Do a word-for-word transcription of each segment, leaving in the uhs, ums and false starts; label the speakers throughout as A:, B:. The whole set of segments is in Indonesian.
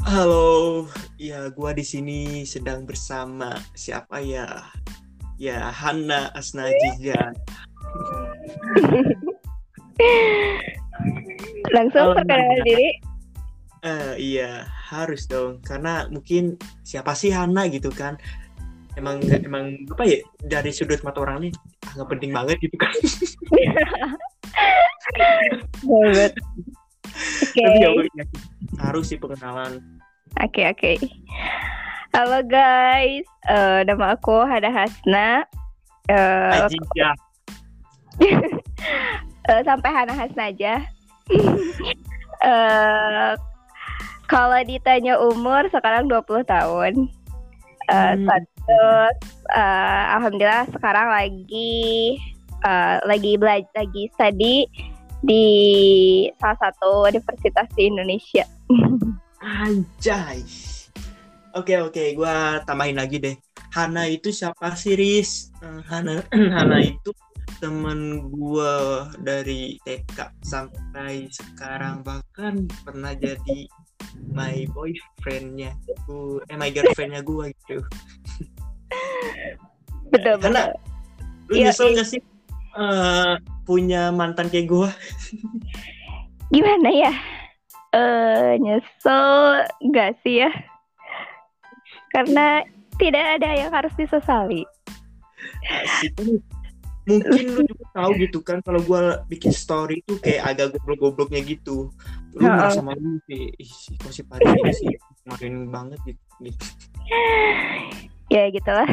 A: Halo, ya gua di sini sedang bersama siapa ya? Ya Hana Asnajija.
B: Langsung
A: Halo
B: perkenalan
A: Hana.
B: diri.
A: Eh, iya harus dong, karena mungkin siapa sih Hana gitu kan? Emang nggak emang apa ya dari sudut mata orang ini ah, nggak penting banget gitu kan?
B: Hebat. Oke,
A: Tapi ya, ya harus sih pengenalan.
B: oke, oke. Halo guys, Eh, nama aku Hada Hasna. Eh,
A: Ajija.
B: eh, sampai Hana Hasna aja. Eh, Kalau ditanya umur, sekarang dua puluh tahun. Eh,
A: Hmm,
B: Terus, eh, alhamdulillah sekarang lagi eh, lagi belajar, lagi study di salah satu universitas di Indonesia.
A: Anjay. Oke oke, gua tambahin lagi deh. Hana itu siapa sih, Riz? Eh, Hana Hana itu temen gua dari T K sampai sekarang, bahkan pernah jadi my boyfriendnya gua, eh my girlfriendnya gua gitu.
B: Betul,
A: Hana,
B: betul.
A: lu
B: Iya,
A: nyesel gak sih eh, punya mantan kayak gua?
B: gimana ya? Eh nyesel nggak sih ya? Karena tidak ada yang harus disesali.
A: Asik. Mungkin lu juga tahu gitu kan kalau gua bikin story itu kayak agak goblok-gobloknya gitu. Lu
B: Heeh.
A: merasa malu sih, ih kok si Padi ini sih kemarin banget gitu. gitu.
B: Ya gitulah.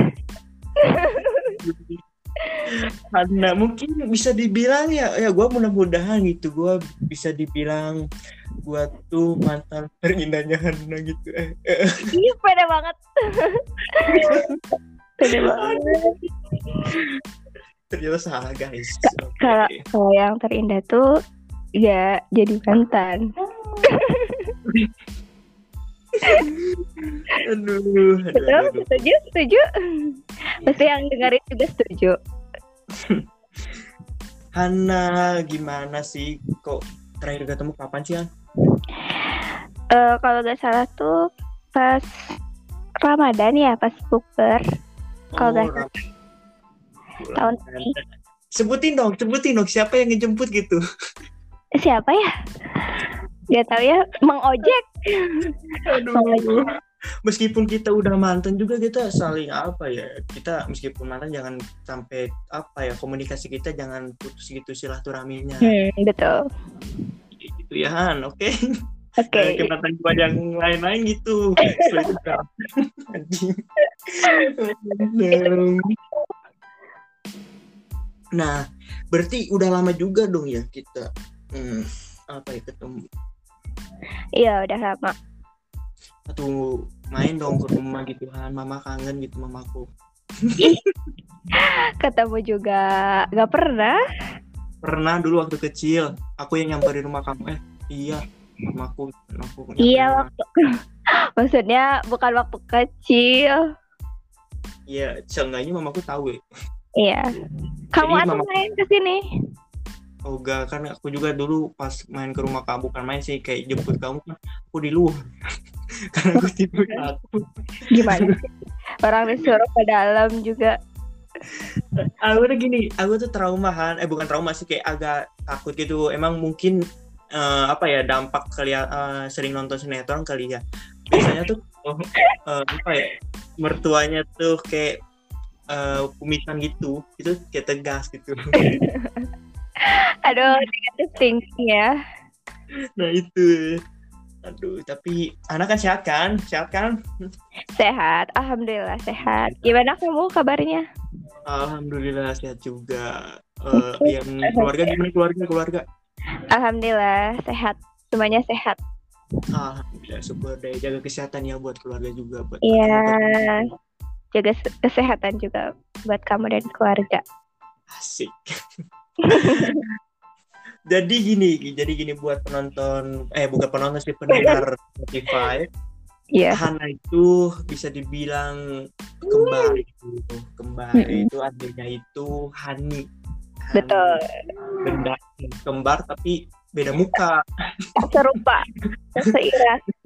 A: Karena mungkin bisa dibilang ya, ya gua mudah-mudahan gitu gua bisa dibilang gua tuh mantan terindahnya Hana gitu. Eh, eh.
B: Iya, pede banget. Pede banget.
A: Ternyata salah guys.
B: Kalau
A: Oke.
B: kalau yang terindah tuh ya jadi mantan.
A: Aduh, aduh,
B: Betul,
A: aduh, aduh.
B: setuju, setuju. Pasti yang dengerin juga setuju.
A: Hana gimana sih? Kok terakhir ketemu kapan sih, Han?
B: Eh kalau nggak salah tuh pas Ramadan ya, pas bukber. Kalau nggak salah
A: Ram-
B: tahun ini.
A: Sebutin dong, sebutin dong siapa yang ngejemput gitu.
B: Siapa ya? Gak tahu ya, Mang Ojek.
A: Aduh. Meskipun kita udah mantan juga kita saling apa ya? Kita meskipun mantan jangan sampai apa ya, komunikasi kita jangan putus gitu silaturahminya.
B: Hmm, betul.
A: Gitu ya, Han. Oke.
B: Oke.
A: Ke mantan gua yang lain-lain gitu. Anjing. Nah, berarti udah lama juga dong ya kita hmm, apa ya ketemu.
B: Iya, udah lama.
A: Atau main dong ke rumah gitu kan, mama kangen gitu mamaku.
B: Ketemu juga gak pernah.
A: Pernah dulu waktu kecil, aku yang nyamperin rumah kamu. Eh, iya, mamaku, aku nyamperin
B: Iya,
A: rumah.
B: waktu maksudnya bukan waktu kecil.
A: Iya, seenggaknya mamaku tahu ya.
B: Iya. Kamu
A: Jadi
B: atau
A: mama-
B: main ke sini?
A: Oh enggak, kan aku juga dulu pas main ke rumah kamu, bukan main sih, kayak jemput kamu kan aku di luar. Karena aku tidur aku.
B: Gimana? Orang disuruh ke dalam juga.
A: Aku tuh gini, aku tuh traumahan, eh bukan trauma sih, kayak agak takut gitu. Emang mungkin eh, apa ya dampak kalian eh, sering nonton sinetron kali ya. Biasanya tuh oh, eh, apa ya mertuanya tuh kayak eh, kumisan gitu, itu kayak tegas gitu.
B: Aduh, negatif thinking ya.
A: Nah itu, aduh. Tapi anak kan sehat kan, sehat kan?
B: Sehat, alhamdulillah sehat. Gimana kamu kabarnya?
A: Alhamdulillah sehat juga. Eh, yang keluarga gimana keluarga keluarga?
B: Alhamdulillah sehat. Semuanya sehat.
A: Alhamdulillah, syukur deh, jaga kesehatan ya buat keluarga juga, buat
B: Iya.
A: kamu.
B: Jaga kesehatan juga buat kamu dan keluarga.
A: Asik. Jadi gini, jadi gini buat penonton, eh bukan penonton sih, pendengar Spotify.
B: Iya.
A: Hana itu bisa dibilang kembar itu, kembar
B: Mm-mm.
A: itu adanya itu Hani. Hani.
B: Betul.
A: Benda kembar tapi beda muka.
B: Serupa, seiras.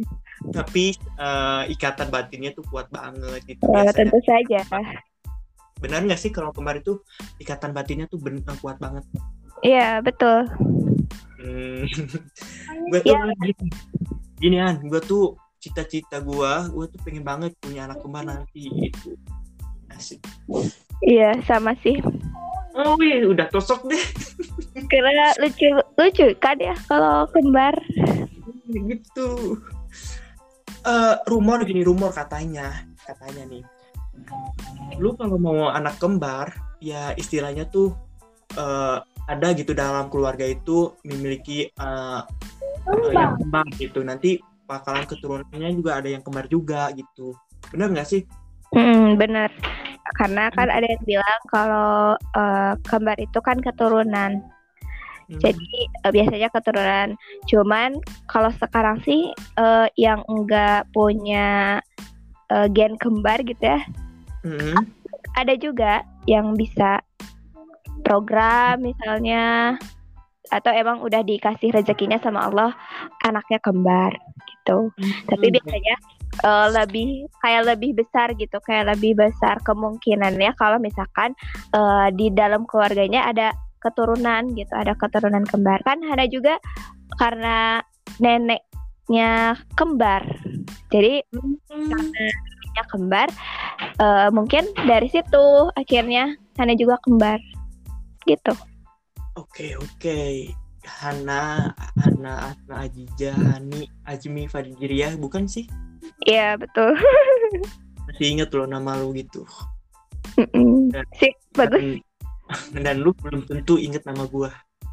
A: tapi uh, ikatan batinnya tuh kuat banget gitu
B: Oh,
A: biasanya.
B: tentu saja.
A: Benar nggak sih kalau kembar itu ikatan batinnya tuh ben- kuat banget?
B: Iya, betul.
A: Hmm. gue tuh
B: Ya.
A: gini, gini an, gue tuh cita-cita gue, gue tuh pengen banget punya anak kembar nanti gitu. Asik.
B: Iya, sama sih.
A: Oh wih, udah tosok deh.
B: Karena lucu lucu kan ya kalau kembar.
A: Gitu. Uh, rumor gini, rumor katanya, katanya nih. Lu kalau mau anak kembar, ya istilahnya tuh uh, ada gitu dalam keluarga itu memiliki uh, uh, yang kembar gitu. Nanti bakalan keturunannya juga ada yang kembar juga gitu. Benar nggak sih?
B: Hmm, benar. Karena kan ada yang bilang kalau uh, kembar itu kan keturunan. Hmm. Jadi uh, biasanya keturunan. Cuman kalau sekarang sih uh, yang enggak punya uh, gen kembar gitu ya. Hmm. Ada juga yang bisa program misalnya, atau emang udah dikasih rezekinya sama Allah anaknya kembar gitu. Hmm. Tapi biasanya uh, lebih kayak lebih besar gitu, kayak lebih besar kemungkinannya kalau misalkan uh, di dalam keluarganya ada keturunan gitu, ada keturunan kembar. Kan ada juga karena neneknya kembar. Jadi hmm. karena neneknya kembar, uh, mungkin dari situ akhirnya Hana juga kembar gitu.
A: Oke oke, Hana, Hana, Hana Ajija, Hani, Ajmi, Fadjiriah, bukan sih?
B: Iya betul.
A: Masih inget loh nama lu gitu.
B: Dan, sih bagus.
A: Dan, dan lu belum tentu inget nama gua.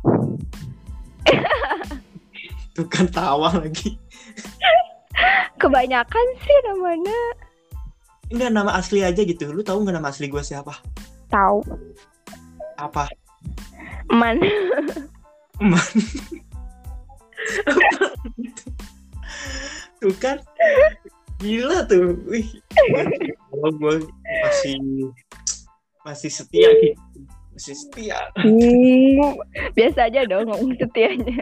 A: Tuh kan tawa lagi.
B: Kebanyakan sih namanya.
A: Enggak, nama asli aja gitu. Lu tahu nggak nama asli gua siapa?
B: Tahu.
A: Apa?
B: Man.
A: Man. Tuh kan gila tuh. Wih. Gua, gua masih masih setia gitu. Masih setia.
B: Hmm, biasa aja dong ngomong setianya.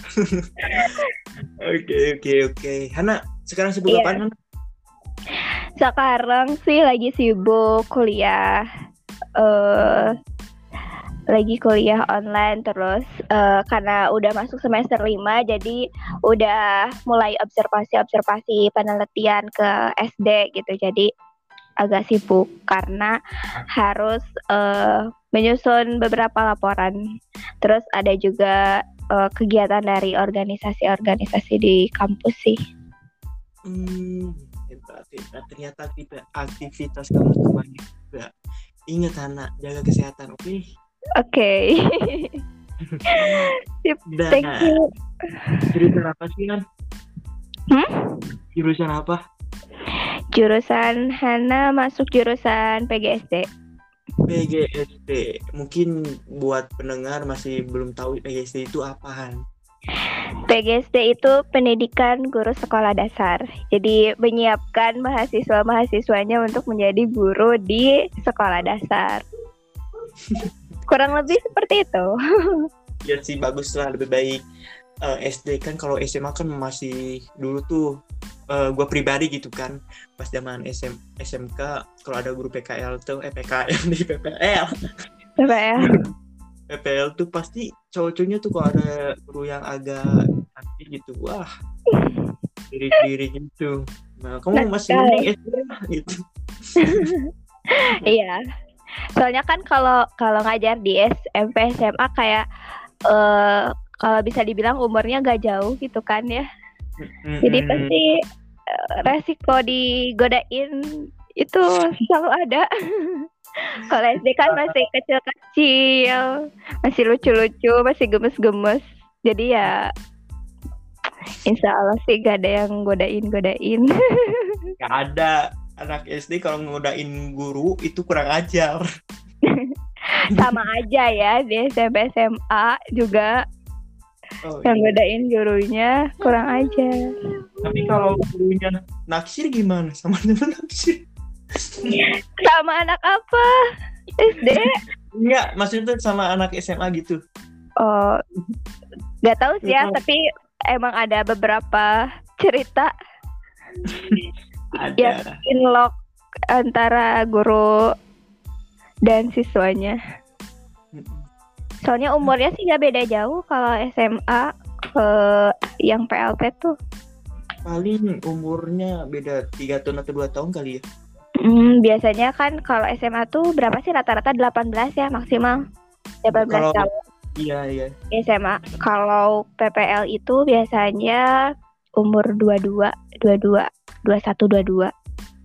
A: Oke oke oke. Hana, sekarang sibuk yeah. apaan, Hana?
B: Sekarang sih lagi sibuk kuliah. Uh, lagi kuliah online terus uh, karena udah masuk semester lima, jadi udah mulai observasi-observasi penelitian ke S D gitu. Jadi agak sibuk karena harus uh, menyusun beberapa laporan. Terus ada juga uh, kegiatan dari organisasi-organisasi di kampus sih.
A: Hmm, hebat, hebat. Ternyata aktivitas kamu tuh banyak juga. Ingat Hana, jaga kesehatan, oke? Okay?
B: Oke. Okay. Thank you.
A: Jurusan apa sih, Han?
B: Hmm?
A: Jurusan apa?
B: Jurusan Hana masuk jurusan P G S D.
A: P G S D. Mungkin buat pendengar masih belum tahu P G S D itu apaan.
B: P G S D itu pendidikan guru sekolah dasar. Jadi menyiapkan mahasiswa-mahasiswanya untuk menjadi guru di sekolah dasar. Kurang lebih seperti itu.
A: Ya sih, bagus lah, lebih baik uh, S D kan. Kalau S M A kan masih dulu tuh uh, gue pribadi gitu kan, pas zaman S M S M K kalau ada guru P K L tuh eh P K L di P P L
B: P P L
A: P P L tuh pasti cowok-cowoknya tuh kalau ada guru yang agak cantik gitu, wah diri-diri gitu. Nah kamu nah, masih mending S D gitu.
B: Iya. Soalnya kan kalau kalau ngajar di S M P S M A kayak uh, kalau bisa dibilang umurnya gak jauh gitu kan ya. Mm-hmm. Jadi pasti uh, resiko digodain itu selalu ada. Kalau S D kan masih kecil-kecil, masih lucu-lucu, masih gemes-gemes. Jadi ya insya Allah sih gak ada yang godain-godain.
A: Gak ada. Anak S D kalau ngodain guru itu kurang ajar.
B: Sama aja ya di S M P S M A juga. Oh, yang iya. Godain gurunya kurang ajar.
A: Tapi kalau gurunya naksir gimana? Sama teman naksir?
B: Sama anak apa? S D?
A: Enggak, maksudnya sama anak S M A gitu.
B: Oh, gak tahu sih ya, tapi emang ada beberapa cerita yang
A: Ada.
B: inlock antara guru dan siswanya. Soalnya umurnya sih gak beda jauh kalau S M A ke yang P L T tuh.
A: Paling umurnya beda tiga tahun atau dua tahun kali ya.
B: Hmm, biasanya kan kalau S M A tuh berapa sih rata-rata delapan belas ya maksimal. delapan belas
A: Kalau
B: tahun.
A: iya iya.
B: S M A. Kalau P P L itu biasanya umur dua puluh dua, dua puluh dua, dua puluh satu, dua puluh dua.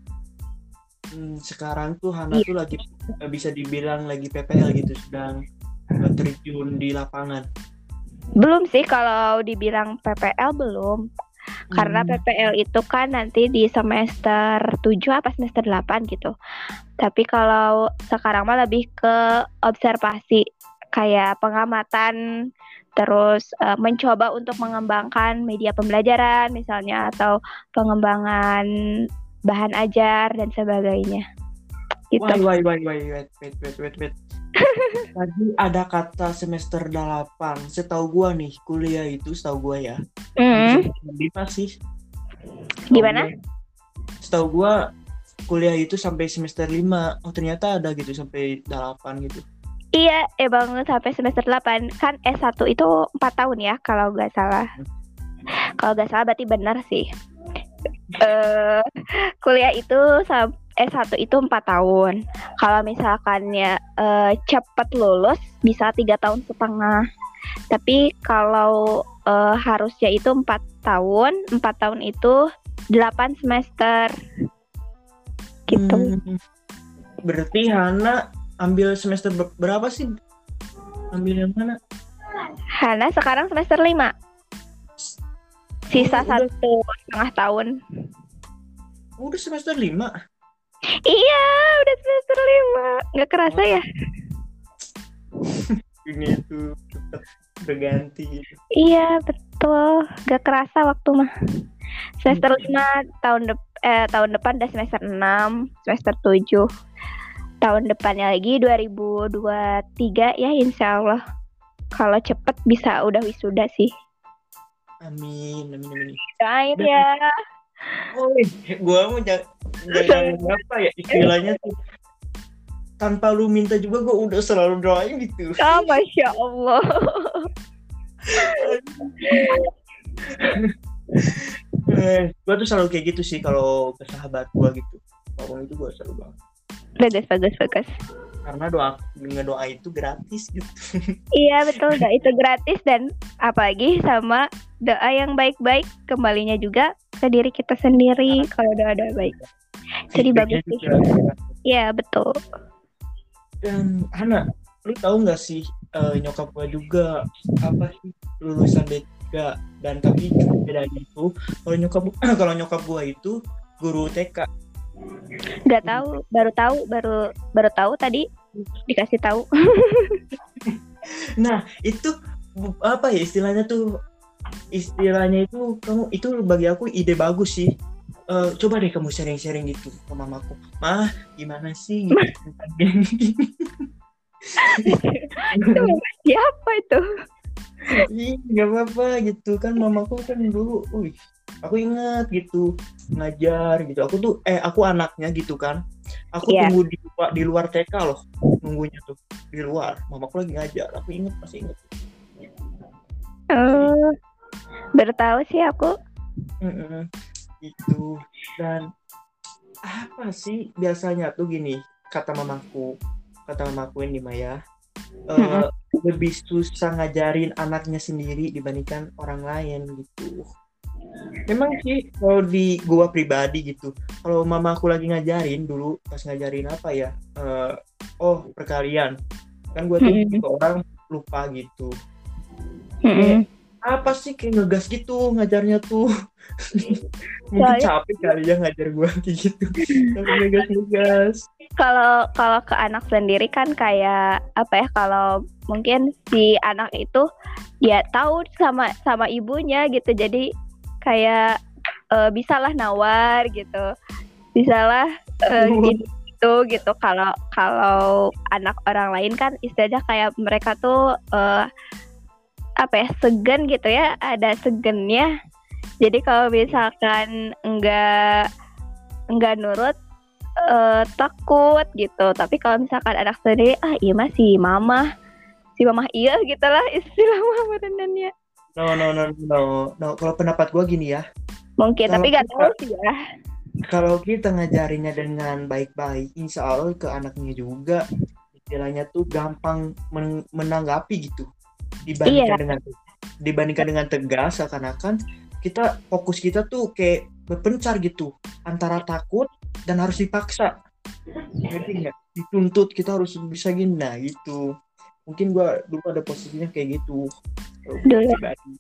A: Hmm, sekarang tuh Hana
B: Iya.
A: tuh lagi eh, bisa dibilang lagi P P L gitu, sedang eh, terjun di lapangan.
B: Belum sih kalau dibilang P P L belum. Karena
A: Hmm.
B: P P L itu kan nanti di semester tujuh apa semester delapan gitu. Tapi kalau sekarang mah lebih ke observasi, kayak pengamatan, terus uh, mencoba untuk mengembangkan media pembelajaran misalnya, atau pengembangan bahan ajar dan sebagainya. Gitu.
A: Wait, wait, wait, wait, wait, wait, wait, wait, wait. Tadi ada kata semester delapan. Setahu gua nih, kuliah itu setahu gua ya.
B: Mm.
A: Lima sih.
B: Gimana?
A: Setahu gua kuliah itu sampai semester lima. Oh, ternyata ada gitu sampai delapan gitu.
B: Iya, emang sampai semester delapan. Kan S satu itu empat tahun ya kalau nggak salah. Kalau nggak salah berarti benar sih. Uh, kuliah itu S satu itu empat tahun. Kalau misalkan ya uh, cepat lulus bisa tiga tahun setengah. Tapi kalau uh, harusnya itu empat tahun, empat tahun itu delapan semester. Gitu.
A: Hmm, berarti Hana ambil semester berapa sih? Ambil yang mana?
B: Hana sekarang semester lima. Sisa
A: Oh, udah,
B: satu setengah tahun.
A: udah semester lima.
B: Iya, udah semester lima. Nggak kerasa ya?
A: Ini tuh tetap berganti gitu.
B: Iya, betul. Nggak kerasa waktu mah. Semester lima tahun de- eh, tahun depan udah semester enam, semester tujuh. Tahun depannya lagi dua ribu dua puluh tiga ya, insya Allah. Kalau cepet bisa udah wisuda sih.
A: Amin, amin, amin.
B: Doain ya.
A: Oh, gua mau jangan apa ya istilahnya tuh. Tanpa lu minta juga gua udah selalu doain gitu.
B: Oh, Masya Allah.
A: eh, gua tuh selalu kayak gitu sih kalau ke sahabat gua gitu. Ngomong itu gua selalu banget.
B: Bagus, bagus, bagus.
A: Karena doa ngedoa itu gratis gitu.
B: Iya betul, doa itu gratis, dan apalagi sama doa yang baik-baik kembalinya juga ke diri kita sendiri kalau doa-doa baik. Jadi bagus sih. Iya betul.
A: Dan Hana, lu tahu nggak sih uh, nyokap gua juga apa sih lulusan D tiga, dan tapi beda gitu. Kalau nyokap kalau nyokap gua itu guru T K.
B: Gak tahu, baru tahu, baru baru tahu tadi dikasih tahu.
A: Nah itu apa ya istilahnya tuh, istilahnya itu kamu itu bagi aku ide bagus sih. Uh, coba deh kamu sharing-sharing gitu ke mamaku, mah gimana sih gitu.
B: Itu mama siapa itu?
A: Ih, nggak apa-apa gitu kan, mamaku kan dulu, wih, aku ingat gitu ngajar gitu. Aku tuh eh aku anaknya gitu kan. Aku yeah. tunggu di, di luar T K loh, nunggunya tuh di luar. Mamaku lagi ngajar. Aku inget, masih inget.
B: Uh, baru tahu sih aku.
A: Mm-mm, gitu. Dan apa sih biasanya tuh gini, kata mamaku, kata mamaku ini Maya. Uh, lebih susah ngajarin anaknya sendiri dibandingkan orang lain gitu. Memang sih kalau di gua pribadi gitu, kalau mama aku lagi ngajarin dulu pas ngajarin apa ya, uh, oh perkalian kan gua tuh mm-hmm. orang lupa gitu. Mm-hmm. Apa sih kayak ngegas gitu ngajarnya tuh. Mungkin capek kali ya ngajar gua kayak gitu. Tapi ngegas-ngegas.
B: Kalau kalau ke anak sendiri kan kayak apa ya, kalau mungkin si anak itu dia tahu sama sama ibunya gitu, jadi kayak uh, bisalah nawar gitu, bisalah uh, gitu gitu. Kalau kalau anak orang lain kan istilahnya kayak mereka tuh uh, apa ya, segan gitu ya, ada segennya. Jadi kalau misalkan enggak enggak nurut uh, takut gitu. Tapi kalau misalkan anak sendiri, ah iya mah si mama, si mama iya gitulah istilah mama rendannya.
A: No no no no no. Kalau pendapat gue gini ya.
B: Mungkin
A: Kalau
B: tapi nggak
A: kita-
B: tahu sih ya.
A: Kalau kita ngajarinnya dengan baik-baik, insya Allah ke anaknya juga istilahnya tuh gampang men- menanggapi gitu. Dibandingkan
B: Iya.
A: dengan dibandingkan dengan tegas, seakan-akan kita fokus kita tuh kayak berpencar gitu antara takut dan harus dipaksa. Jadi nggak dituntut kita harus bisa gini, nah gitu. Mungkin gua dulu ada posisinya kayak gitu.
B: Dulu.
A: Pribadi.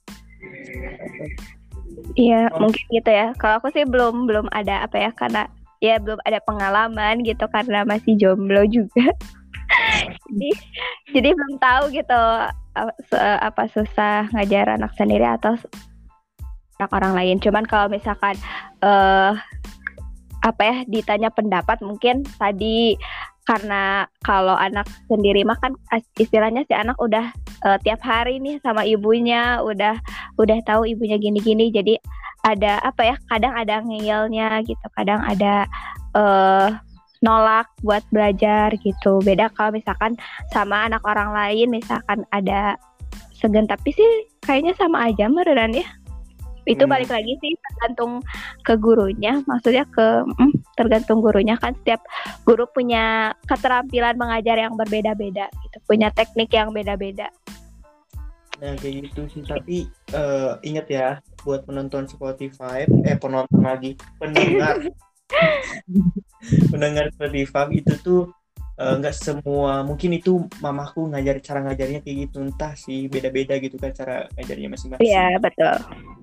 B: Iya,
A: Oh.
B: mungkin gitu ya. Kalau aku sih belum belum ada apa ya, karena ya belum ada pengalaman gitu karena masih jomblo juga. jadi jadi belum tahu gitu uh, se- apa susah ngajar anak sendiri atau s- anak orang lain. Cuman kalau misalkan eh apa ya ditanya pendapat mungkin tadi karena kalau anak sendiri mah kan as- istilahnya si anak udah eh, tiap hari nih sama ibunya, udah udah tahu ibunya gini-gini, jadi ada apa ya, kadang ada ngeyelnya gitu, kadang ada eh nolak buat belajar gitu. Beda kalau misalkan sama anak orang lain, misalkan ada segan, tapi sih kayaknya sama aja meredan ya. Itu
A: Hmm.
B: balik lagi sih tergantung ke gurunya, maksudnya ke mm, tergantung gurunya kan, setiap guru punya keterampilan mengajar yang berbeda-beda gitu, punya teknik yang beda-beda.
A: Nah kayak gitu sih, tapi eh, ingat ya buat penonton Spotify, eh penonton lagi, pendengar pendengar Spotify itu tuh eh, nggak semua, mungkin itu mamaku ngajar, cara ngajarnya kayak gitu, entah sih beda-beda gitu kan cara ngajarnya masing-masing.
B: Iya betul.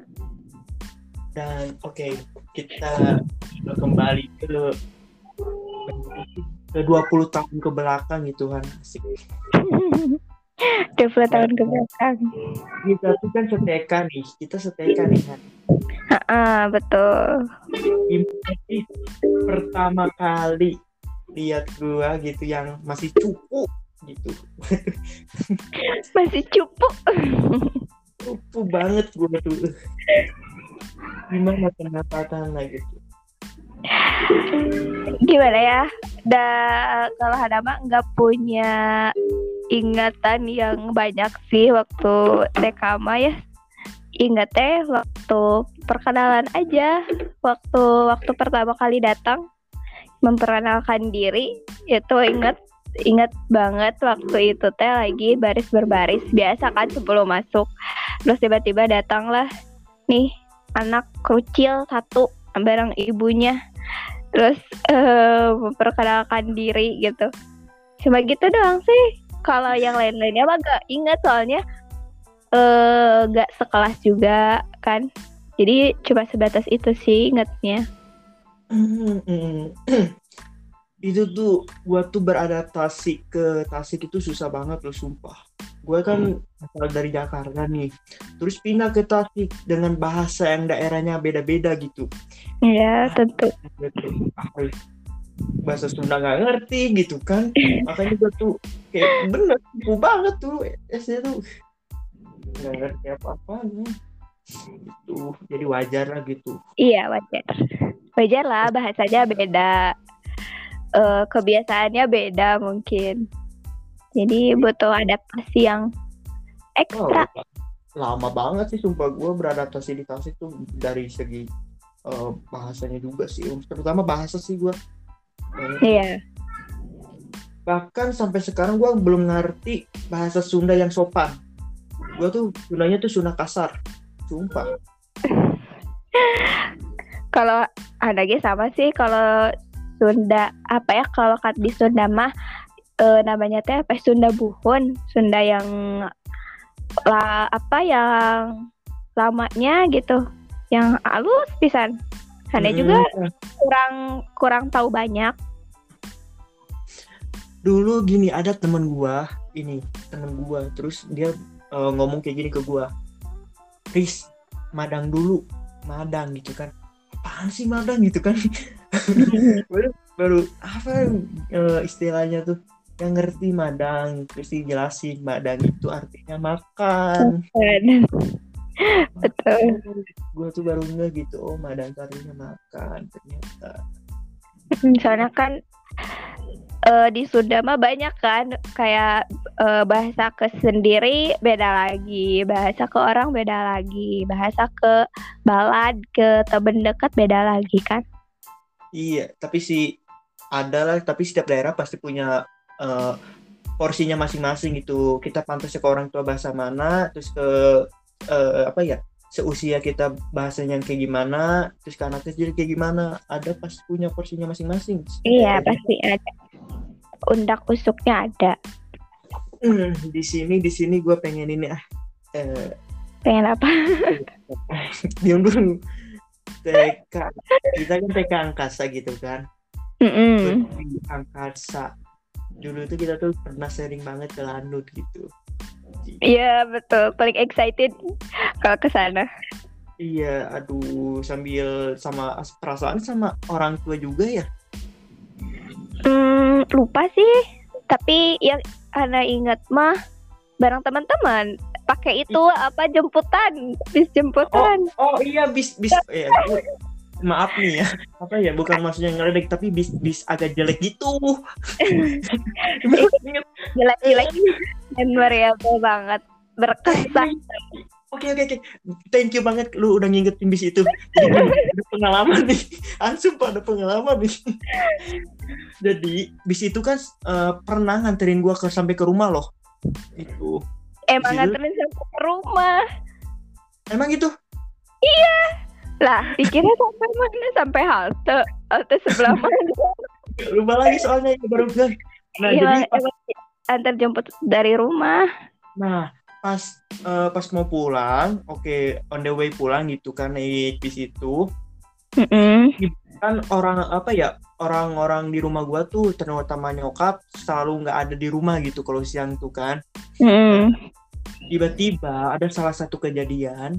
A: Dan oke okay, kita kembali ke ke dua puluh tahun ke belakang gitu kan, asik.
B: dua puluh tahun ke belakang.
A: Kita tuh kan seteka nih, kita seteka nih kan.
B: Ah betul.
A: Gimana sih pertama kali lihat gua gitu yang masih cupu gitu,
B: Masih cupu.
A: cupu banget gua tuh. Gimana pendapatan lah gitu?
B: Gimana ya? Da kalau Hadama nggak punya ingatan yang banyak sih waktu T K mah ya. Ingat teh waktu perkenalan aja, waktu waktu pertama kali datang memperkenalkan diri, itu ingat ingat banget waktu itu teh lagi baris berbaris biasa kan sebelum masuk, terus tiba-tiba datanglah nih anak krucil satu bareng ibunya, terus uh, memperkenalkan diri gitu, cuma gitu doang sih. Kalau yang lain-lainnya mah gak ingat, soalnya uh, gak sekelas juga kan, jadi cuma sebatas itu sih ingatnya.
A: Itu tuh gua tuh beradaptasi ke Tasik itu susah banget loh, sumpah. Gue kan asal dari Jakarta nih, terus pindah ke Tasik dengan bahasa yang daerahnya beda-beda gitu.
B: Ya tentu.
A: Bahasa Sunda nggak ngerti gitu kan, makanya gue tuh kayak bener cupu banget tuh S D tuh, nggak ngerti apa-apa gitu, jadi wajar lah gitu.
B: Iya wajar, wajar lah, bahasanya beda, uh, kebiasaannya beda mungkin, jadi butuh adaptasi yang ekstra.
A: Oh, lama banget sih sumpah gue beradaptasi di Tasik tuh, dari segi uh, bahasanya juga sih, terutama bahasa sih gue.
B: Iya.
A: Bahkan sampai sekarang gue belum ngerti bahasa Sunda yang sopan. Gue tuh Sundanya tuh Sunda kasar, sumpah.
B: Kalau anaknya sama sih, kalau Sunda apa ya, kalau di Sunda mah e, namanya teh apa, Sunda Buhun, Sunda yang la, apa yang lamanya gitu, yang halus pisan. Aneh hmm. juga kurang kurang tahu banyak.
A: Dulu gini, ada temen gua, ini temen gua, terus dia uh, ngomong kayak gini ke gua, Riz, madang dulu, madang gitu kan, apaan sih madang gitu kan. baru, baru apa uh, istilahnya tuh, yang ngerti madang, terus dijelasin madang itu artinya makan.
B: Betul.
A: Gue tuh baru nggak gitu, oh Madang Karirnya makan ternyata.
B: Soalnya kan uh, di Sunda mah banyak kan kayak uh, bahasa ke sendiri beda lagi, bahasa ke orang beda lagi, bahasa ke balad ke temen dekat beda lagi kan.
A: Iya, tapi sih ada lah, tapi setiap daerah pasti punya uh, porsinya masing-masing gitu. Kita pantasnya ke orang tua bahasa mana, terus ke uh, apa ya, seusia kita bahasanya yang kayak gimana, terus ke anak kecil kayak gimana, ada pasti punya porsinya masing-masing.
B: Iya, pasti ada. Undak usuknya ada.
A: Hmm, di sini di sini gue pengen ini ah. Eh,
B: pengen apa?
A: Diam dulu. T K, kita kan T K angkasa gitu kan.
B: Mm-mm.
A: Di angkasa dulu tuh kita tuh pernah sharing banget ke Lanut gitu.
B: Iya betul, paling excited kalau ke sana.
A: Iya, aduh, sambil sama perasaan sama orang tua juga ya.
B: Hmm, lupa sih, tapi yang Ana ingat mah bareng teman-teman pakai itu apa jemputan, bis jemputan.
A: Oh, oh iya bis bis ya, maaf nih ya, apa ya, bukan maksudnya ngeledek tapi bis bis agak jelek gitu.
B: Jelek-jelek dan variabel banget, berkesan.
A: Oke oke oke, thank you banget lu udah ngingetin bis itu. Jadi ada pengalaman nih, langsung pada pengalaman nih. Jadi bis itu kan uh, pernah nganterin gua ke sampai ke rumah loh. Itu.
B: Emang nganterin sampai ke rumah.
A: Emang gitu?
B: Iya. Lah, pikirnya sampai mana? Sampai halte, halte sebelah mana?
A: Lupa lagi soalnya baru bilang. Nah,
B: iya,
A: jadi pas,
B: antar jemput dari rumah.
A: Nah, pas uh, pas mau pulang, oke, okay, on the way pulang gitu kan naik bis itu.
B: Mm-mm.
A: Kan orang apa ya? Orang-orang di rumah gua tuh terutama nyokap selalu nggak ada di rumah gitu kalau siang tuh kan.
B: Mm.
A: Tiba-tiba ada salah satu kejadian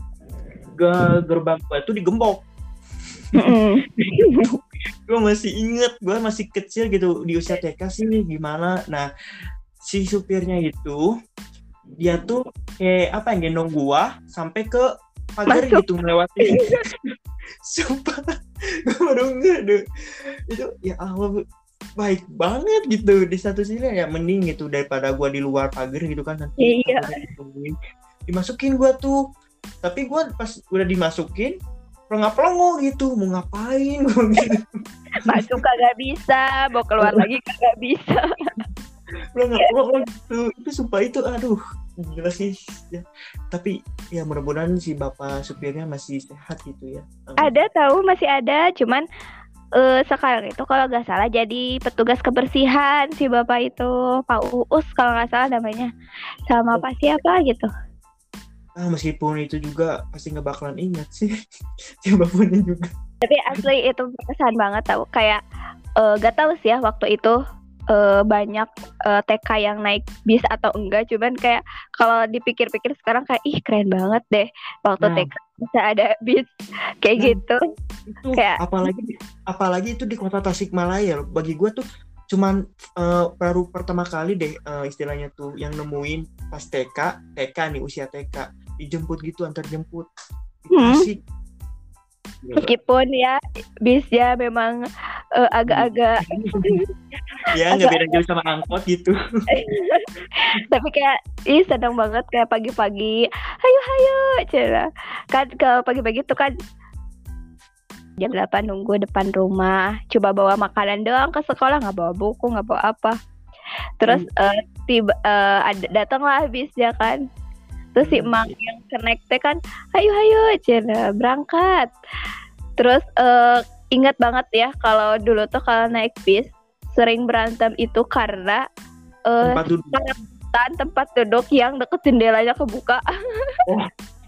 A: gerbang gua tuh digembok.
B: Mm.
A: Gue masih inget, gue masih kecil gitu di usia T K sih gimana. Nah, si supirnya itu dia tuh kayak apa yang gendong gua sampai ke pagar
B: Masuk.
A: gitu melewati. Sumpah, gue baru nggak deh. Itu ya Allah baik banget gitu. Di satu sini ya mending gitu daripada gua di luar pagar gitu kan nanti.
B: Iya.
A: Dimasukin gua tuh. Tapi gue pas udah dimasukin pelengap-pelongo gitu, mau ngapain gue gitu.
B: Masuk kagak bisa, mau keluar lagi kagak bisa.
A: Pelengap-pelongo gitu, itu sumpah itu aduh gila sih ya. Tapi ya mudah-mudahan si bapak supirnya masih sehat gitu ya.
B: Ada tahu masih ada, cuman uh, sekarang itu kalau nggak salah jadi petugas kebersihan si bapak itu, Pak Uus kalau nggak salah namanya, sama Pak siapa gitu.
A: Ah, meskipun itu juga pasti nggak bakalan ingat sih siapapun juga.
B: Tapi asli itu berkesan banget tau. Kayak uh, gak tahu sih ya waktu itu uh, banyak uh, T K yang naik bis atau enggak. Cuman kayak kalau dipikir-pikir sekarang kayak ih keren banget deh waktu nah. T K bisa ada bis kayak nah, gitu.
A: Itu kayak apalagi apalagi itu di kota Tasikmalaya. Bagi gue tuh cuman uh, baru pertama kali deh uh, istilahnya tuh yang nemuin pas T K, T K nih usia T K dijemput gitu antar jemput. Asik.
B: Hmm. Meskipun ya bisnya memang uh, agak-agak
A: ya nggak beda jauh sama angkot gitu.
B: Tapi kayak ih seneng banget kayak pagi-pagi hayo hayo cera kan kalau pagi-pagi tuh kan jam delapan nunggu depan rumah, coba bawa makanan doang ke sekolah, nggak bawa buku, nggak bawa apa. Terus hmm. uh, tiba uh, datanglah bisnya kan. Terus si emang yang connect kan, ayo ayo cina berangkat. Terus uh, ingat banget ya kalau dulu tuh kalau naik bis sering berantem itu karena uh,
A: tempat duduk.
B: tempat duduk yang deket jendelanya kebuka. Oh.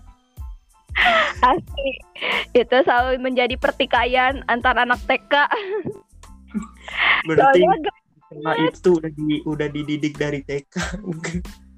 B: Asli itu selalu menjadi pertikaian antar anak T K.
A: Berarti karena itu udah di udah dididik dari T K mungkin.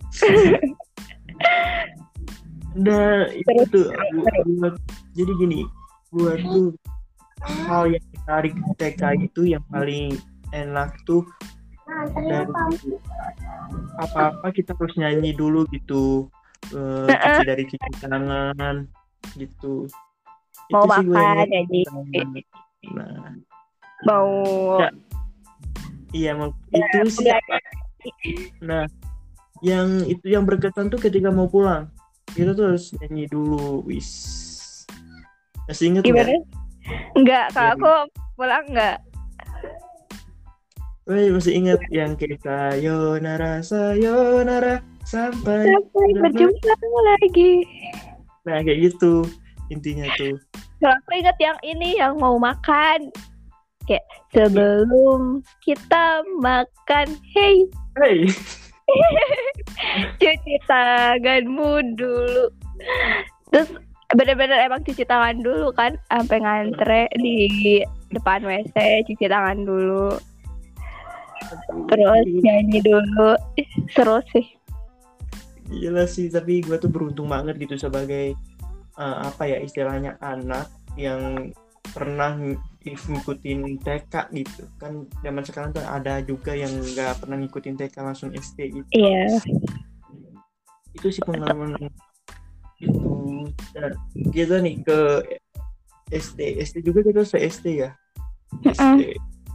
A: Nah itu tuh buat, jadi gini buat tuh hal yang menarik T K itu yang paling enak tuh dari apa-apa kita harus nyanyi dulu gitu. uh,
B: Heeh.
A: cuci dari cuci tangan gitu.
B: Mau
A: Itu sih gue yang
B: makan
A: ingat.
B: jadi
A: Nah,
B: mau
A: ya, iya mau itu sih.
B: belajar.
A: Nah, yang itu yang berkesan tuh ketika mau pulang kita tuh harus nyanyi dulu, wis. Masih inget nggak?
B: Gimana? Enggak, kalau
A: Ya,
B: aku pulang enggak.
A: Woi, masih inget yang kayak sayonara sayonara sampai
B: Sampai berjumpa lagi.
A: nah kayak gitu intinya tuh.
B: Kalau aku ingat yang ini yang mau makan. Kayak sebelum kita makan, hey,
A: Hey,
B: cuci tanganmu dulu. Terus bener-bener emang cuci tangan dulu kan, sampai ngantre di depan W C, cuci tangan dulu. Terus nyanyi dulu. Ih, seru sih.
A: gila sih, tapi gue tuh beruntung banget gitu sebagai uh, apa ya istilahnya anak yang pernah ngikutin T K gitu kan. Zaman sekarang tuh ada juga yang nggak pernah ngikutin T K langsung S D gitu.
B: Iya.
A: Itu sih pengalaman itu. Dan kita nih ke S D S D juga kita se S D ya. S D.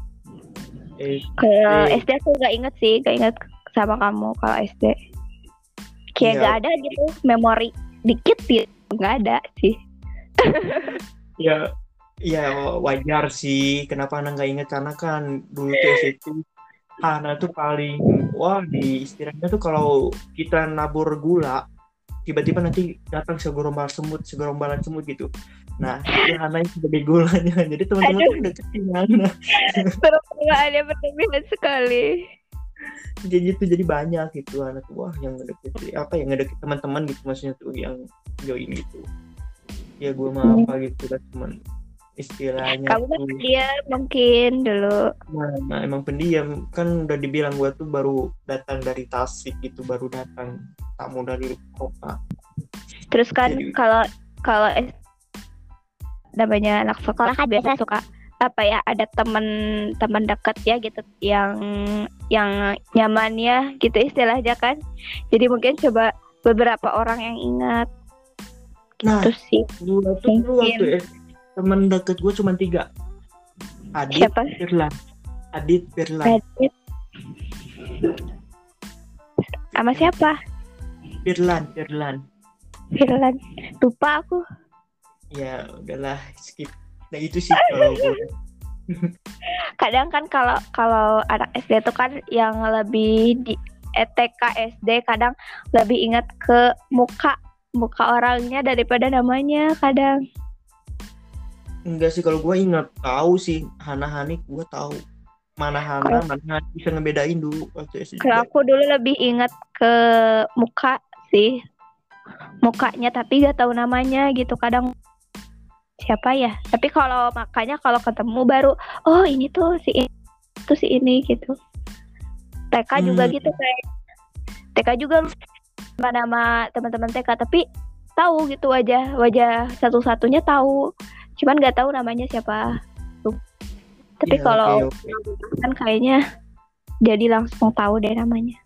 B: Kalau S D aku nggak inget sih, nggak inget sama kamu kalau S D. Kayak nggak
A: Ya,
B: ada gitu memori dikit gitu, nggak ada sih.
A: ya, ya wajar sih. Kenapa Hana nggak inget? Karena kan dulu tuh S D itu Hana tuh paling wah di istilahnya tuh kalau kita nabur gula tiba-tiba nanti datang segerombal semut, segerombalan semut gitu. Nah, itu Hana yang sebagai gulanya. Jadi teman-teman
B: Aduh.
A: tuh deketin Hana.
B: Permukaannya berlebihan sekali.
A: Jadi gitu, jadi banyak gitu anak wah yang ngedeket apa yang ngedeket teman-teman gitu maksudnya tuh yang join gitu. Ya gue mah
B: Hmm.
A: apa gitu kan cuman istilahnya
B: Kamu
A: tuh.
B: kan dia mungkin dulu.
A: Nah, nah, emang pendiam kan udah dibilang gue tuh baru datang dari Tasik gitu, baru datang tamu dari kota.
B: Terus kan
A: Jadi-
B: kalau kalau S- namanya anak sekolah kan biasa suka apa ya, ada teman-teman dekat ya gitu yang yang nyamannya gitu istilahnya kan. Jadi mungkin coba beberapa orang yang ingat
A: Nah,
B: gitu sih.
A: gue tuh dulu
B: Mungkin.
A: waktu S D temen deket gue cuma tiga. Adit,
B: Siapa?
A: Firlan. Adit, Firlan.
B: Adit. Sama siapa?
A: Firlan, Firlan.
B: Firlan. Lupa aku.
A: Ya udahlah skip. Nah itu sih kalau gue.
B: Kadang kan kalau kalau anak S D itu kan yang lebih di eh, T K S D kadang lebih ingat ke muka muka orangnya daripada namanya kadang.
A: Enggak sih kalau gue ingat tahu sih Hana Hanik gue tahu mana Hana
B: Kalau-
A: mana Hanik bisa ngebedain dulu waktu S D.
B: Kalau aku dulu lebih ingat ke muka sih, mukanya tapi gak tahu namanya gitu kadang siapa ya. Tapi kalau makanya kalau ketemu baru oh ini tuh si ini tuh si ini gitu. T K juga
A: Hmm.
B: gitu kayak T K juga nama-nama teman-teman T K tapi tahu gitu wajah wajah satu-satunya tahu, cuman nggak tahu namanya siapa. Tapi
A: Ya,
B: kalau
A: oke, oke.
B: kan kayaknya jadi langsung tahu deh namanya.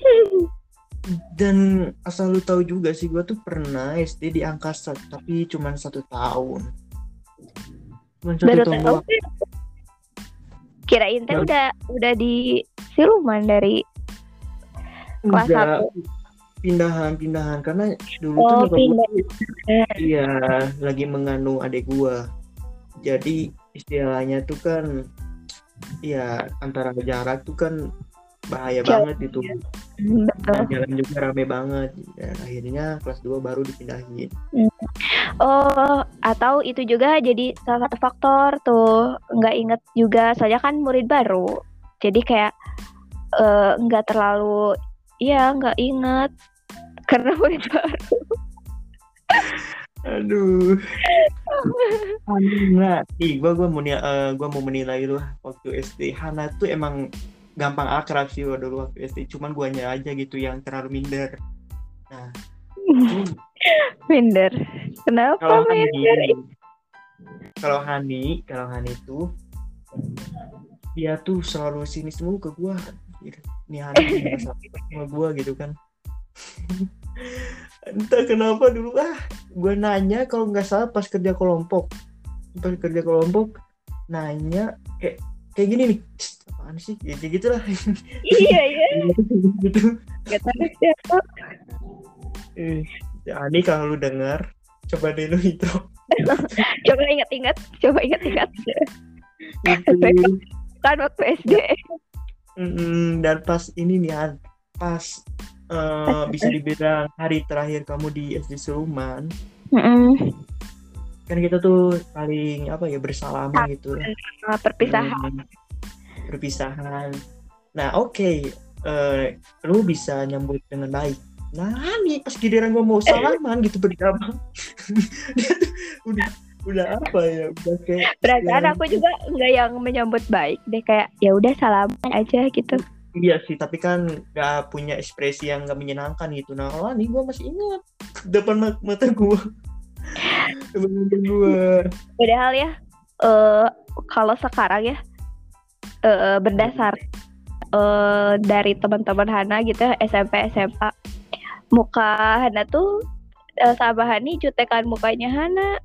A: Dan asal lu tahu juga sih gue tuh pernah S D di Angkasa tapi cuma satu tahun. Cuma satu
B: Baru
A: tahun
B: tahu.
A: doang.
B: Kirain teh
A: Ya.
B: udah udah di siluman dari kelas
A: Enggak,
B: satu.
A: pindahan pindahan karena dulu
B: Oh,
A: tuh nyokap
B: pindah.
A: gue iya lagi mengandung adik gue. Jadi istilahnya tuh kan ya antara jarak tuh kan bahaya
B: Jauh.
A: banget itu.
B: Hmm,
A: Dan
B: betul.
A: jalan juga rame banget. Dan akhirnya kelas dua baru dipindahin.
B: Oh, atau itu juga jadi salah satu faktor tuh nggak inget juga soalnya kan murid baru. Jadi kayak eh, nggak terlalu, iya nggak inget karena murid baru.
A: Aduh. Hana, nih gua gua mau ni- eh, gua mau menilai lu waktu S D. Hana tuh emang gampang akrab sih gua dulu waktu S D. Cuman guanya aja gitu yang terlalu minder. Nah, itu
B: Minder. Kenapa
A: kalau
B: minder?
A: Hani, kalau Hani, kalau Hani tuh dia tuh selalu sinis mulu ke gua. Nih Hani punya masalah sama gua gitu kan. Entah kenapa dulu ah gue nanya kalau nggak salah pas kerja kelompok pas kerja kelompok nanya kayak kayak gini nih, apaan sih gitu gitulah.
B: Iya iya.
A: Gitu.
B: Gak tahu siapa.
A: Eh, Ani kalau lu dengar coba deh lu intro.
B: Coba ingat-ingat, coba ingat-ingat.
A: Itu
B: Kan waktu S D.
A: mm, dan pas ini nih An, pas uh, bisa dibilang hari terakhir kamu di S D Suruman.
B: Mm-mm.
A: Kan kita tuh paling apa ya bersalaman gitu lah.
B: Perpisahan.
A: Hmm, perpisahan. Nah oke, okay. uh, lu bisa nyambut dengan baik. Nah nih pas giliran gue mau salaman gitu berdamai, dia tuh udah udah apa ya udah kayak.
B: Perasaan aku juga nggak yang menyambut baik deh, kayak ya udah salaman aja gitu.
A: Iya sih, tapi kan nggak punya ekspresi yang nggak menyenangkan gitu. Nah oh, nih gue masih ingat depan mata gue. Temen gue.
B: Padahal ya, uh, kalau sekarang ya uh, berdasar uh, dari teman-teman Hana gitu S M P S M A, muka Hana tuh uh, sama Hani jutekan mukanya Hana.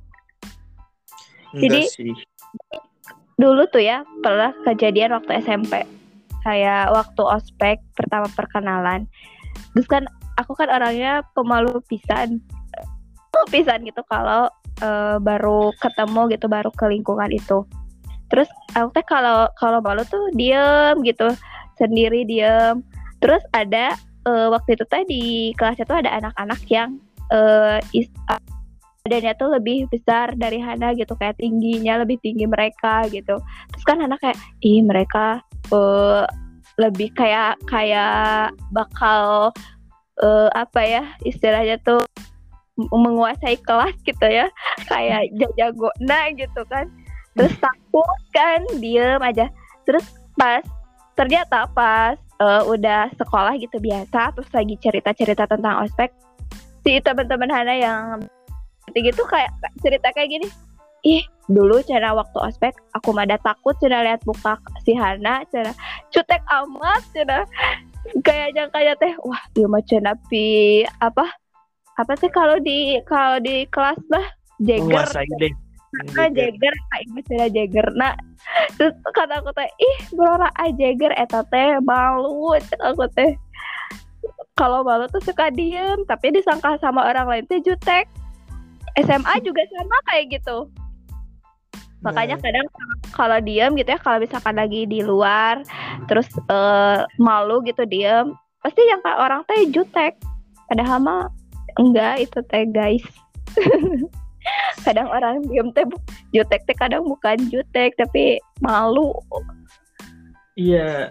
A: Enggak
B: Jadi
A: sih.
B: Dulu tuh ya pernah kejadian waktu S M P, kayak waktu ospek pertama perkenalan. Terus kan aku kan orangnya pemalu pisan, pisan gitu kalau uh, baru ketemu gitu, baru ke lingkungan itu. Terus aku teh kalau kalau malu tuh diem gitu, sendiri diem. Terus ada uh, waktu itu teh di kelasnya tuh ada anak-anak yang uh, is, uh, badannya tuh lebih besar dari Hana gitu, kayak tingginya lebih tinggi mereka gitu. Terus kan Hana kayak, ih mereka uh, lebih kayak kayak bakal uh, apa ya istilahnya tuh menguasai kelas gitu ya, kayak jago nah gitu kan. Terus takut kan, diem aja. Terus pas ternyata pas uh, udah sekolah gitu biasa, terus lagi cerita-cerita tentang ospek, si teman-teman Hana yang gitu kayak cerita kayak gini, ih dulu cara waktu ospek aku mada takut cina lihat muka si Hana, cina cutek amat, cina kayaknya kayak teh wah dia mah cina pi apa apa sih kalau di kalau di kelas bah Jagger, nah Jagger kayak cina Jagger. Nah terus kata aku teh ih berora a Jagger eta teh malu, aku teh kalau malu tuh suka diem, tapi disangka sama orang lain teh jutek. S M A juga sama kayak gitu. Makanya kadang kalau diem gitu ya, kalau misalkan lagi di luar terus uh, malu gitu diem, pasti yang kayak orang teh jutek. Padahal mah enggak itu teh guys. Kadang orang diem teh jutek teh kadang bukan jutek tapi malu.
A: Iya.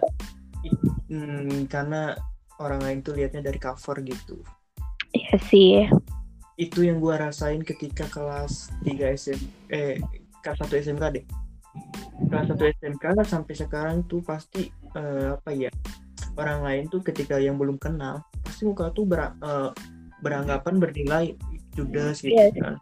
A: Hmm, karena orang lain tuh lihatnya dari cover gitu.
B: Iya sih.
A: Itu yang gue rasain ketika kelas tiga S M eh kelas satu S M K deh. Kelas satu S M K sampai sekarang tuh pasti uh, apa ya? Orang lain tuh ketika yang belum kenal pasti muka tuh ber, uh, beranggapan bernilai judes gitu
B: yes.
A: kan.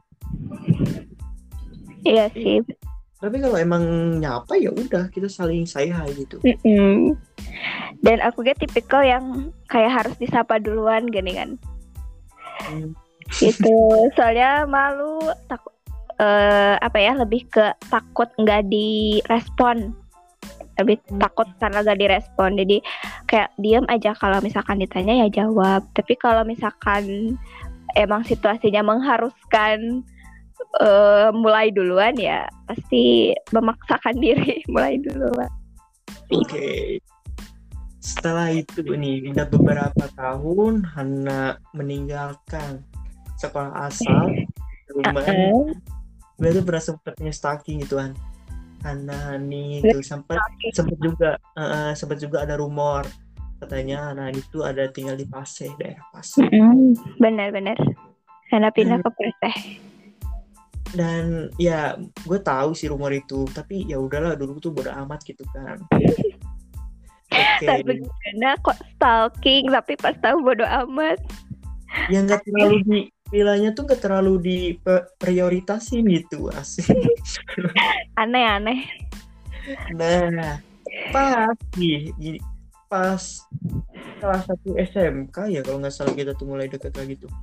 B: Iya sih.
A: Tapi kalau emang nyapa ya udah kita saling say hi gitu.
B: Mm-mm. Dan aku kayak tipikal yang kayak harus disapa duluan gini kan. Hmm. Gitu, soalnya malu takut uh, apa ya lebih ke takut nggak direspon, lebih takut karena nggak direspon, jadi kayak diam aja. Kalau misalkan ditanya ya jawab, tapi kalau misalkan emang situasinya mengharuskan uh, mulai duluan ya pasti memaksakan diri mulai duluan.
A: Oke, okay. Setelah itu nih udah beberapa tahun Hana meninggalkan sekolah asal rumah. Uh-uh. Gue tuh pernah sempetnya stalking gitu kan Hana nih tuh sempat sempat juga uh, sempat juga ada rumor katanya Hana itu ada tinggal di Paseh, daerah Paseh.
B: Uh-uh. Benar-benar Hana pindah ke Paseh.
A: Dan ya gue tahu sih rumor itu, tapi ya udahlah dulu tuh bodo amat gitu kan.
B: Oke. Okay. Tapi gimana kok stalking tapi pas tahu bodo amat.
A: Yang nggak terlalu di nilainya tuh gak terlalu diprioritasin gitu, asik.
B: Aneh-aneh.
A: Nah, pas nih, pas kelas satu S M K ya kalau nggak salah kita tuh mulai deket lagi tuh.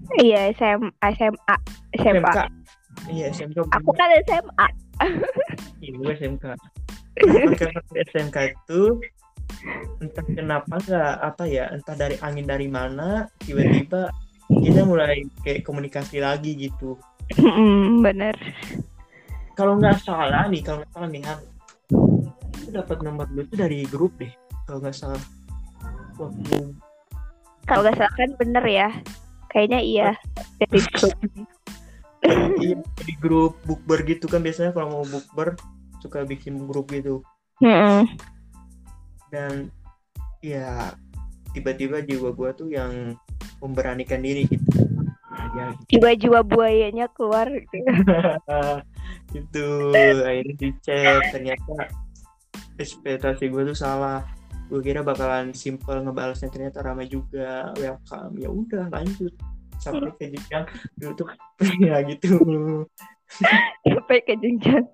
B: Iya, S M A, S M A, S M A.
A: Iya, S M K.
B: Aku kan S M A.
A: Iya, gue S M K. Nah, perkara S M K itu entah kenapa nggak apa ya, entah dari angin dari mana tiba-tiba kita mulai kayak komunikasi lagi gitu.
B: Bener.
A: Kalau nggak salah nih, kalau nggak salah nih, aku dapat nomor lu itu dari grup deh, kalau nggak salah. Waktu
B: Kalau nggak salah kan bener ya, kayaknya iya dari grup.
A: Iya, di grup bukber gitu kan, biasanya kalau mau bukber suka bikin grup gitu.
B: Mm-mm.
A: Dan ya tiba-tiba jiwa gua tuh yang memberanikan diri gitu. Ya, gitu.
B: Jiwa-jiwa buayanya keluar gitu.
A: Itu akhirnya di chat, ternyata ekspektasi gua tuh salah. Gua kira bakalan simple ngebalasnya, ternyata ramai juga, welcome. Ya udah lanjut sampai ke jenjang dulu tuh ya gitu.
B: Sampai ke jenjang.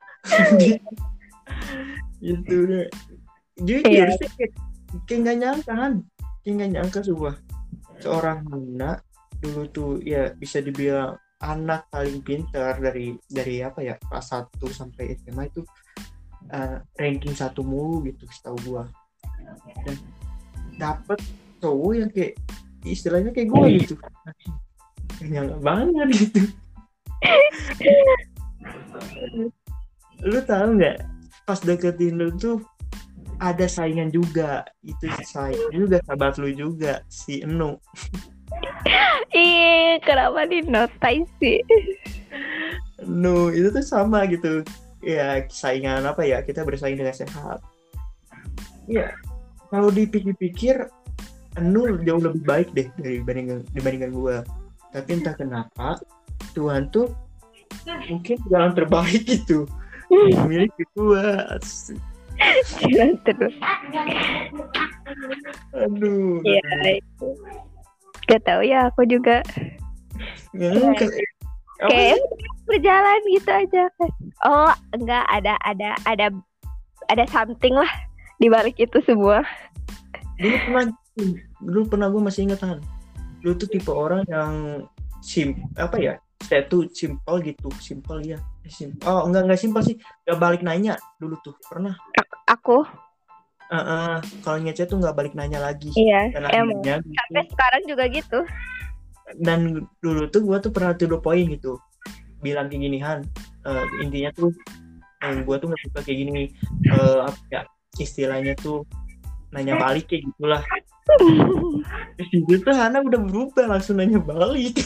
A: Gitu deh. Jujur
B: Iya.
A: sih kayak kayak nggak nyangka kan, kayak nggak nyangka sebuah seorang Hana dulu tuh ya bisa dibilang anak paling pintar dari dari apa ya, kelas satu sampai S M A itu uh, ranking satu mulu gitu setahu gua, dan dapet cowok yang kayak istilahnya kayak gua gitu, nyangka banget gitu. Lu tahu nggak, pas deketin lu tuh ada saingan juga, itu saingan juga sahabat lu juga, si Enu.
B: Ih, kenapa di notice sih?
A: Enu itu tuh sama gitu ya, saingan apa ya, kita bersaing dengan sehat. Ya kalau dipikir-pikir Enu jauh lebih baik deh dari dibandingkan dibandingkan gua, tapi entah kenapa Tuhan tuh mungkin jalan terbaik gitu memiliki gua.
B: Jalan terus.
A: Aduh.
B: Iya. Gak tahu ya, aku juga.
A: Ya,
B: kayak, kayak berjalan gitu aja. Oh, enggak, ada ada ada ada something lah di balik itu semua.
A: Dulu pernah, dulu pernah gue masih ingat kan. Dulu tuh tipe orang yang sim apa ya? Saya tuh simple gitu, simple ya. Simple. Oh, enggak enggak simple sih. Gak balik nanya dulu tuh pernah.
B: Aku.
A: Uh, uh, kalau ngechat tuh nggak balik nanya lagi.
B: Iya.
A: Dan
B: emang.
A: akhirnya gitu.
B: Sampai sekarang juga gitu.
A: Dan dulu tuh gue tuh pernah to the point gitu, bilang kayak gini, Han, uh, intinya tuh eh, gue tuh nggak suka kayak gini, uh, apa ya istilahnya tuh nanya balik kayak gitulah. Terus itu tuh Hana udah berubah, langsung nanya balik.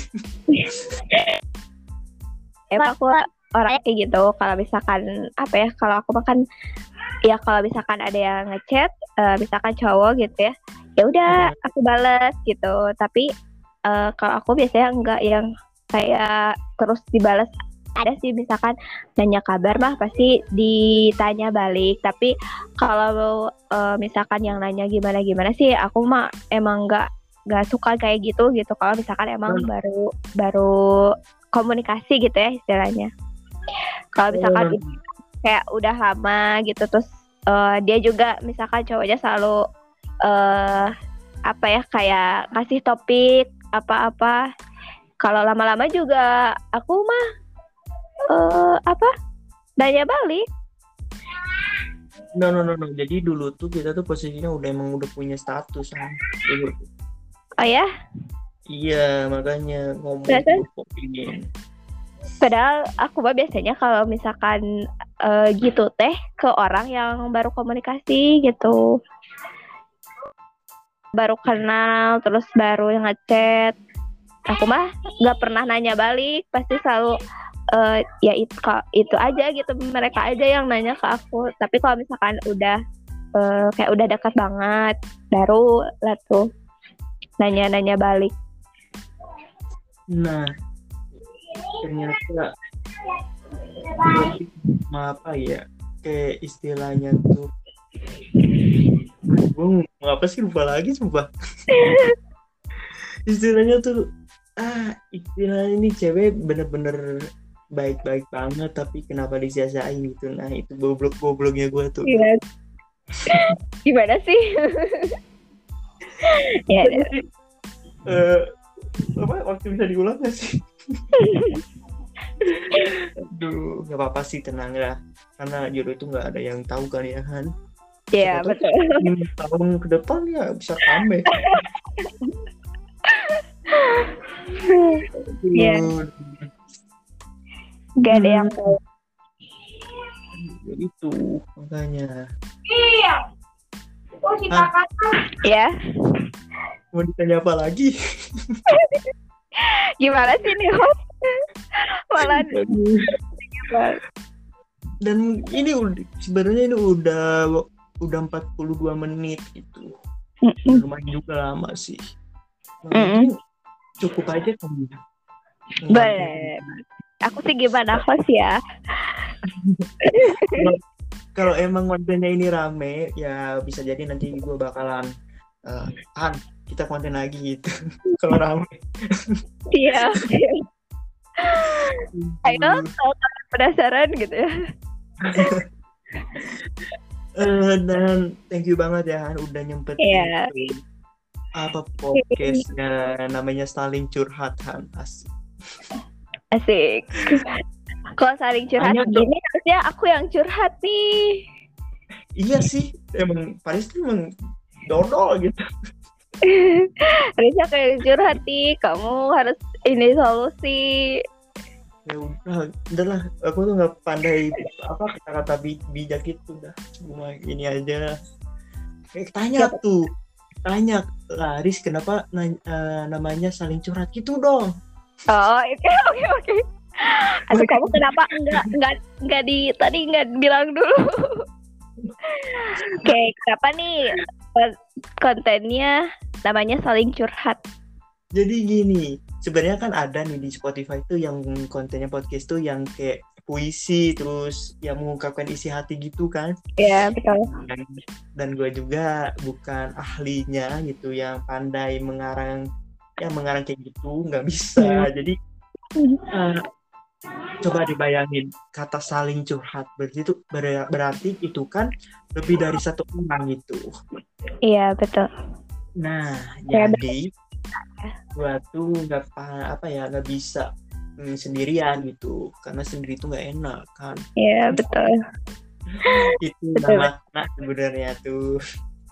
B: Emang aku orangnya kayak gitu. Kalau misalkan apa ya, kalau aku makan ya, kalau misalkan ada yang ngechat, uh, misalkan cowok gitu ya, ya udah hmm. aku balas gitu. Tapi uh, kalau aku biasanya enggak yang kayak terus dibalas. Ada sih misalkan nanya kabar mah pasti ditanya balik. Tapi kalau uh, misalkan yang nanya gimana gimana sih, aku mah emang enggak enggak suka kayak gitu gitu. Kalau misalkan emang hmm. baru baru komunikasi gitu ya istilahnya. Kalau misalkan hmm. kayak udah lama gitu, terus uh, dia juga misalkan cowoknya selalu uh, apa ya, kayak kasih topik apa-apa. Kalau lama-lama juga aku mah uh, apa nanya balik.
A: No no no no. Jadi dulu tuh kita tuh posisinya udah emang udah punya status kan dulu.
B: Oh ya?
A: Iya, makanya ngomong
B: ini. Padahal aku mah biasanya kalau misalkan uh, gitu teh ke orang yang baru komunikasi gitu, baru kenal terus baru ngechat, aku mah nggak pernah nanya balik, pasti selalu uh, ya itu itu aja gitu, mereka aja yang nanya ke aku. Tapi kalau misalkan udah uh, kayak udah dekat banget, baru lah tuh nanya-nanya balik.
A: Nah, ternyata apa ya, kayak istilahnya tuh gue ngomong apa sih, lupa lagi sumpah. Istilahnya tuh ah istilahnya ini cewek bener-bener baik-baik banget tapi kenapa disia-siain gitu. Nah itu goblok-gobloknya gue tuh.
B: Gimana, Gimana sih? Ya
A: uh, Apa waktu bisa diulang nggak sih? Aduh, nggak apa-apa sih, tenang lah. Karena jodoh itu nggak ada yang tahu kan ya Han.
B: Iya,
A: Siapa tahu
B: betul.
A: lima tahun ke depan ya bisa comeback.
B: Iya.
A: Aduh,
B: Gak ada yang tahu.
A: ya itu makanya.
B: Iya. Oh, si kakak. Ya.
A: Mau ditanya apa lagi?
B: Gimana sih nih host? Malah
A: dan ini udah sebenarnya ini udah udah empat puluh dua menit gitu.
B: Mm-mm.
A: Lumayan juga lama sih.
B: Mm-mm.
A: Mungkin cukup aja kan.
B: Boleh. Aku sih gimana host ya?
A: Kalau emang kontennya ini rame, ya bisa jadi nanti gue bakalan uh, Han, kita konten lagi gitu. Kalau rame.
B: Iya. Ayo, kalau kalian penasaran gitu ya.
A: uh, dan thank you banget ya Han udah nyempetin
B: Iya.
A: apa podcastnya namanya Saling Curhat Han. Asik.
B: Asik. Kalau saling curhat
A: Hanya
B: gini harusnya aku yang curhat nih.
A: Iya sih, emang Paris tuh emang dodol gitu.
B: Harusnya kayak curhat nih, kamu harus ini solusi.
A: Ya udah, udah lah, aku tuh nggak pandai apa kata-kata bi- bijak itu, udah cuma ini aja. Eh, tanya
B: Siapa?
A: tuh, tanya Laris kenapa na- uh, namanya Saling Curhat gitu dong.
B: Oh, oke oke oke. Atau kamu kenapa enggak enggak enggak di tadi enggak bilang dulu? Oke, okay, kenapa nih kontennya namanya Saling Curhat?
A: Jadi gini, sebenarnya kan ada nih di Spotify tuh yang kontennya podcast tuh yang kayak puisi terus yang mengungkapkan isi hati gitu kan?
B: Iya, betul.
A: Dan, dan gue juga bukan ahlinya gitu yang pandai mengarang, yang mengarang kayak gitu nggak bisa. Hmm. Jadi uh, coba dibayangin kata saling curhat berarti itu ber- berarti itu kan lebih dari satu orang gitu.
B: Iya betul.
A: Nah
B: ya,
A: jadi gua tuh nggak apa ya nggak bisa hmm, sendirian gitu karena sendiri tuh nggak enak kan.
B: Iya betul.
A: Itu makna sebenarnya tuh.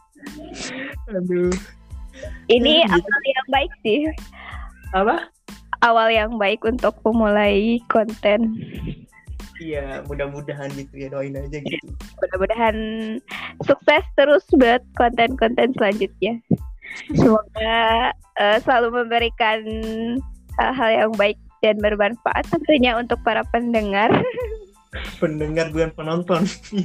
A: Aduh.
B: Ini
A: ya, gitu.
B: Awal yang baik sih.
A: Apa?
B: Awal yang baik untuk memulai konten.
A: Iya, mudah-mudahan gitu ya, doain aja gitu.
B: Mudah-mudahan sukses terus buat konten-konten selanjutnya. Semoga uh, selalu memberikan hal-hal yang baik dan bermanfaat tentunya untuk para pendengar.
A: Pendengar bukan penonton.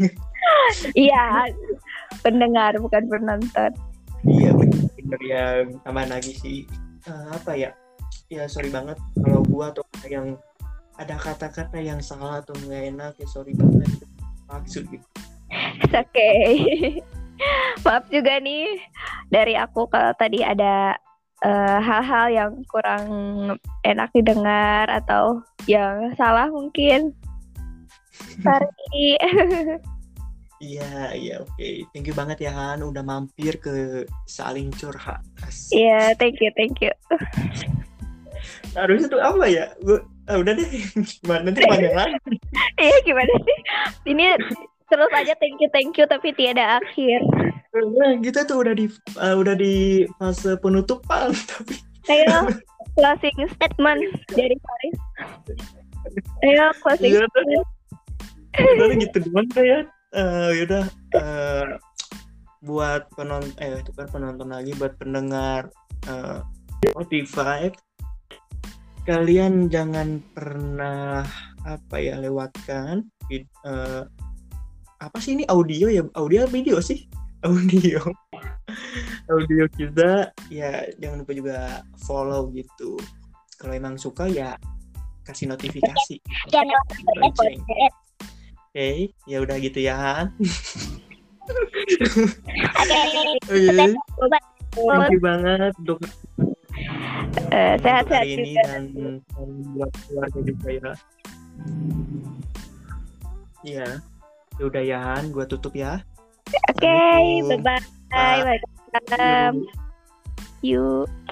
B: Iya, pendengar bukan penonton.
A: Iya, benar ya, tambahan lagi sih. Uh, apa ya? Ya sorry banget kalau gua atau yang ada kata-kata yang salah atau nggak enak ya sorry banget maksud gitu.
B: Oke, okay. Maaf juga nih dari aku kalau tadi ada uh, hal-hal yang kurang enak didengar atau yang salah mungkin. Sorry.
A: Iya iya oke okay. Thank you banget ya Han udah mampir ke Saling Curhat.
B: Iya yeah, thank you thank you.
A: Harusnya tuh apa ya? Gua ah, udah deh. Nanti panjang lagi.
B: Iya gimana sih? Ini terus aja thank you thank you tapi tiada akhir.
A: Nah, kita tuh udah di uh, udah di fase penutupan tapi.
B: Ayo closing statement dari Paris. Ayo closing.
A: Iya, statement. Udah gitu doang ya. Uh, yaudah uh, buat penonton eh itu kan penonton lagi buat pendengar uh, Spotify. Kalian jangan pernah apa ya lewatkan uh, apa sih ini audio ya audio video sih audio audio kita ya jangan lupa juga follow gitu kalau emang suka ya kasih notifikasi oke okay, ya udah gitu ya oke thank you banget untuk
B: Uh, sehat-sehat
A: hari ini
B: juga.
A: Dan buat keluarga juga ya. Iya, udah ya Han, gue tutup ya.
B: Oke, okay, bye bye. Welcome. You.